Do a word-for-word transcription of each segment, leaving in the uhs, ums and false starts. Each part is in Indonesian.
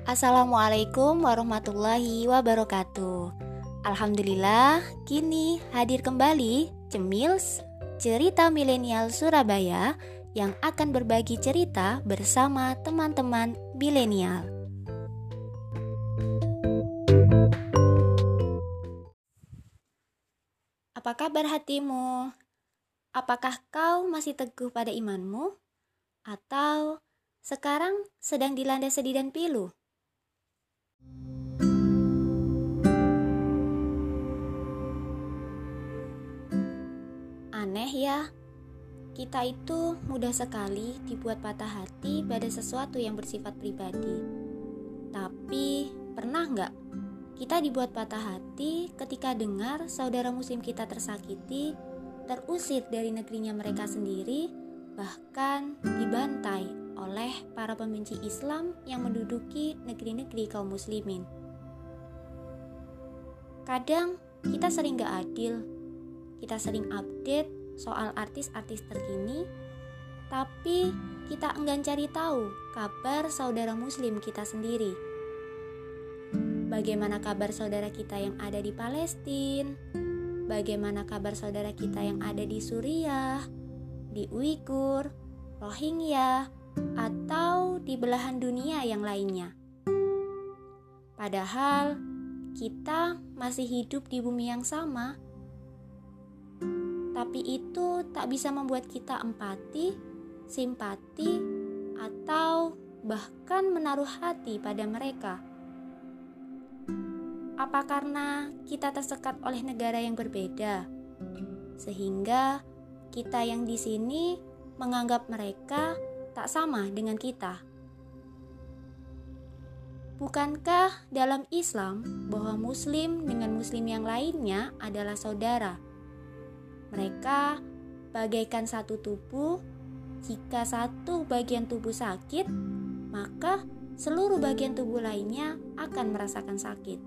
Assalamualaikum warahmatullahi wabarakatuh. Alhamdulillah, kini hadir kembali Cemils, cerita milenial Surabaya yang akan berbagi cerita bersama teman-teman milenial. Apa kabar hatimu? Apakah kau masih teguh pada imanmu? Atau sekarang sedang dilanda sedih dan pilu? Aneh ya, kita itu mudah sekali dibuat patah hati pada sesuatu yang bersifat pribadi. Tapi pernah nggak kita dibuat patah hati ketika dengar saudara muslim kita tersakiti, terusir dari negerinya mereka sendiri, bahkan dibantai oleh para pembenci Islam yang menduduki negeri-negeri kaum muslimin. Kadang kita sering gak adil, kita sering update soal artis-artis terkini, tapi kita enggan cari tahu kabar saudara muslim kita sendiri. Bagaimana kabar saudara kita yang ada di Palestina? Bagaimana kabar saudara kita yang ada di Suriah, di Uighur, Rohingya, atau di belahan dunia yang lainnya? Padahal kita masih hidup di bumi yang sama. Tapi itu tak bisa membuat kita empati, simpati, atau bahkan menaruh hati pada mereka. Apa karena kita tersekat oleh negara yang berbeda, sehingga kita yang di sini menganggap mereka tak sama dengan kita? Bukankah dalam Islam bahwa muslim dengan muslim yang lainnya adalah saudara? Mereka bagaikan satu tubuh. Jika satu bagian tubuh sakit, maka seluruh bagian tubuh lainnya akan merasakan sakit.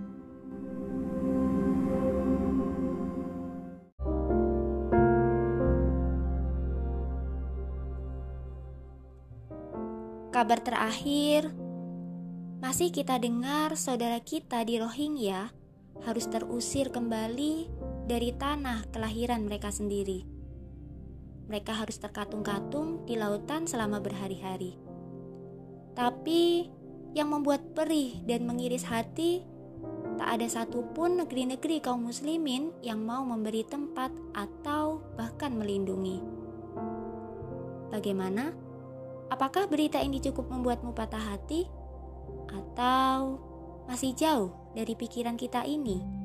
Kabar terakhir, masih kita dengar saudara kita di Rohingya harus terusir kembali dari tanah kelahiran mereka sendiri. Mereka harus terkatung-katung di lautan selama berhari-hari. Tapi yang membuat perih dan mengiris hati, tak ada satupun negeri-negeri kaum muslimin yang mau memberi tempat atau bahkan melindungi. Bagaimana? Apakah berita ini cukup membuatmu patah hati? Atau masih jauh dari pikiran kita ini?